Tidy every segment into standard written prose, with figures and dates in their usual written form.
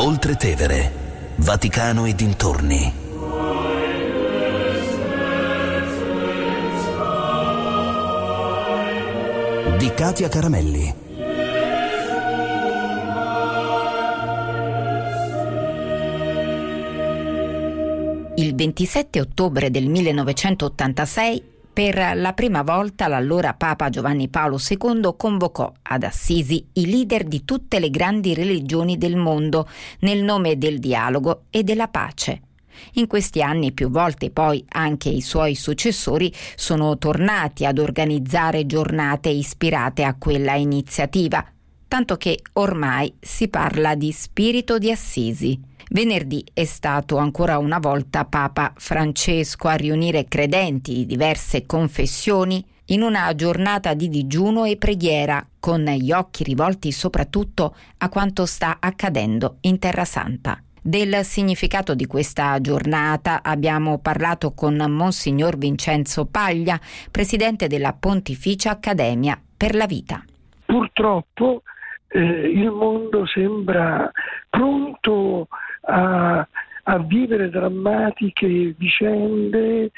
Oltre Tevere, Vaticano e dintorni. Di Katia Caramelli. Il 27 ottobre del 1986, per la prima volta l'allora Papa Giovanni Paolo II convocò ad Assisi i leader di tutte le grandi religioni del mondo nel nome del dialogo e della pace. In questi anni più volte poi anche i suoi successori sono tornati ad organizzare giornate ispirate a quella iniziativa, tanto che ormai si parla di spirito di Assisi. Venerdì è stato ancora una volta Papa Francesco a riunire credenti di diverse confessioni in una giornata di digiuno e preghiera, con gli occhi rivolti soprattutto a quanto sta accadendo in Terra Santa. Del significato di questa giornata abbiamo parlato con Monsignor Vincenzo Paglia, presidente della Pontificia Accademia per la Vita. Purtroppo il mondo sembra pronto a vivere drammatiche vicende.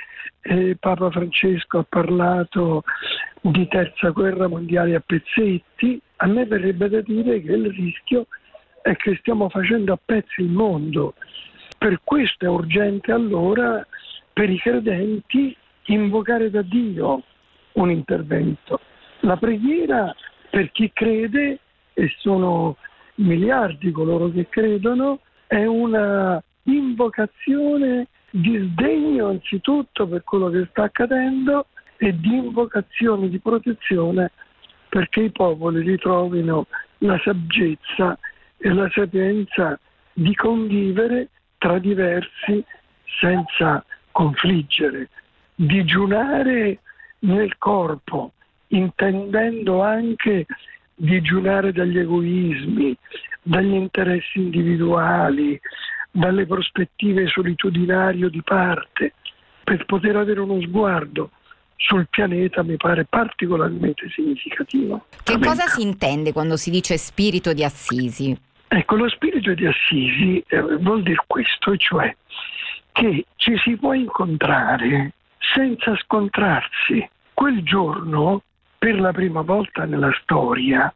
Papa Francesco ha parlato di terza guerra mondiale a pezzetti. A me verrebbe da dire che il rischio è che stiamo facendo a pezzi il mondo. Per questo è urgente allora per i credenti invocare da Dio un intervento. La preghiera per chi crede, e sono miliardi coloro che credono, è una invocazione di sdegno anzitutto per quello che sta accadendo e di invocazione di protezione perché i popoli ritrovino la saggezza e la sapienza di convivere tra diversi senza confliggere, digiunare nel corpo, intendendo anche digiunare dagli egoismi, dagli interessi individuali, dalle prospettive solitudinarie di parte, per poter avere uno sguardo sul pianeta mi pare particolarmente significativo. Che cosa si intende quando si dice spirito di Assisi? Ecco, lo spirito di Assisi vuol dire questo, cioè che ci si può incontrare senza scontrarsi. Quel giorno, per la prima volta nella storia,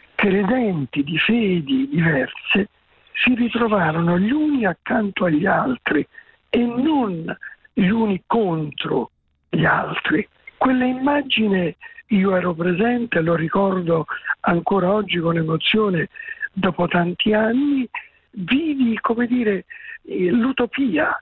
credenti di fedi diverse si ritrovarono gli uni accanto agli altri e non gli uni contro gli altri. Quella immagine io ero presente, lo ricordo ancora oggi con emozione dopo tanti anni, vidi, come dire, l'utopia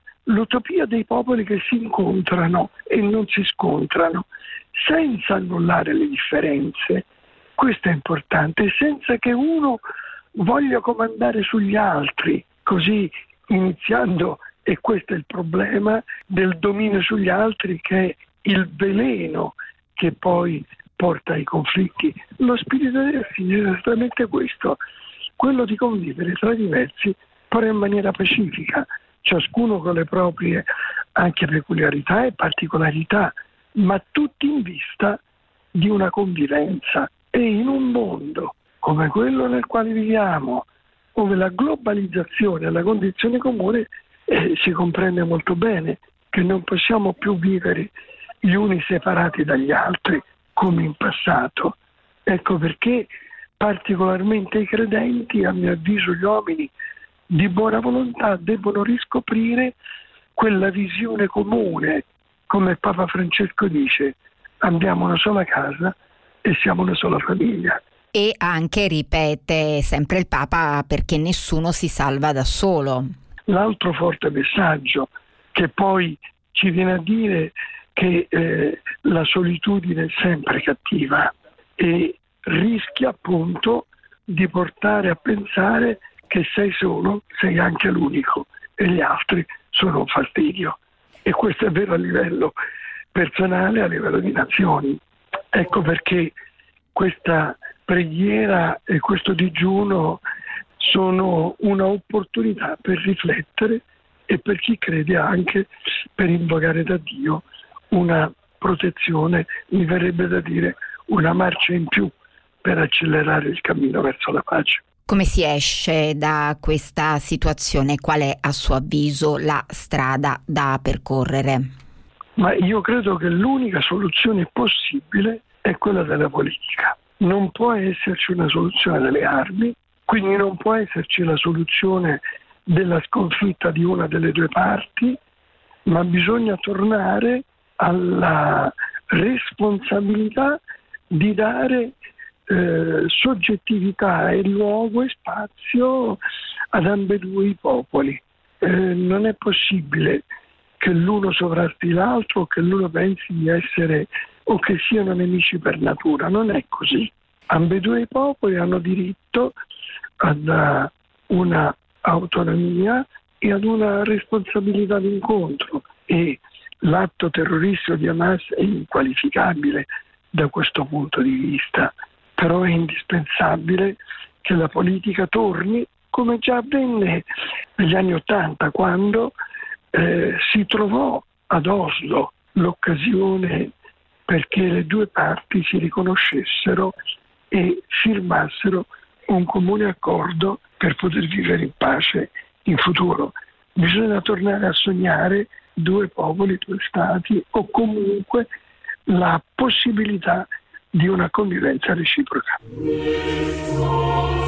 dei popoli che si incontrano e non si scontrano, senza annullare le differenze. Questo è importante, senza che uno voglia comandare sugli altri, così iniziando, e questo è il problema del dominio sugli altri, che è il veleno che poi porta ai conflitti. Lo spirito di Assisi è esattamente questo, quello di convivere tra diversi, però in maniera pacifica, ciascuno con le proprie anche peculiarità e particolarità, ma tutti in vista di una convivenza. E in un mondo come quello nel quale viviamo, dove la globalizzazione è la condizione comune, si comprende molto bene che non possiamo più vivere gli uni separati dagli altri come in passato. Ecco perché particolarmente i credenti, a mio avviso gli uomini di buona volontà, debbono riscoprire quella visione comune, come Papa Francesco dice: abbiamo una sola casa e siamo una sola famiglia. E anche ripete sempre il Papa, perché nessuno si salva da solo. L'altro forte messaggio che poi ci viene a dire che la solitudine è sempre cattiva e rischia appunto di portare a pensare che sei solo, sei anche l'unico e gli altri sono un fastidio. E questo è vero a livello personale, a livello di nazioni. Ecco perché questa preghiera e questo digiuno sono un'opportunità per riflettere e per chi crede anche per invocare da Dio una protezione, mi verrebbe da dire una marcia in più per accelerare il cammino verso la pace. Come si esce da questa situazione? Qual è a suo avviso la strada da percorrere? Ma io credo che l'unica soluzione possibile è quella della politica. Non può esserci una soluzione delle armi, quindi non può esserci la soluzione della sconfitta di una delle due parti, ma bisogna tornare alla responsabilità di dare soggettività e luogo e spazio ad ambedue i popoli. Non è possibile che l'uno sovrasti l'altro o che l'uno pensi di essere o che siano nemici per natura. Non è così. Ambedue i popoli hanno diritto ad una autonomia e ad una responsabilità d'incontro, e l'atto terroristico di Hamas è inqualificabile da questo punto di vista. Però è indispensabile che la politica torni, come già avvenne negli anni '80, quando si trovò ad Oslo l'occasione perché le due parti si riconoscessero e firmassero un comune accordo per poter vivere in pace in futuro. Bisogna tornare a sognare due popoli, due stati, o comunque la possibilità di una convivenza reciproca.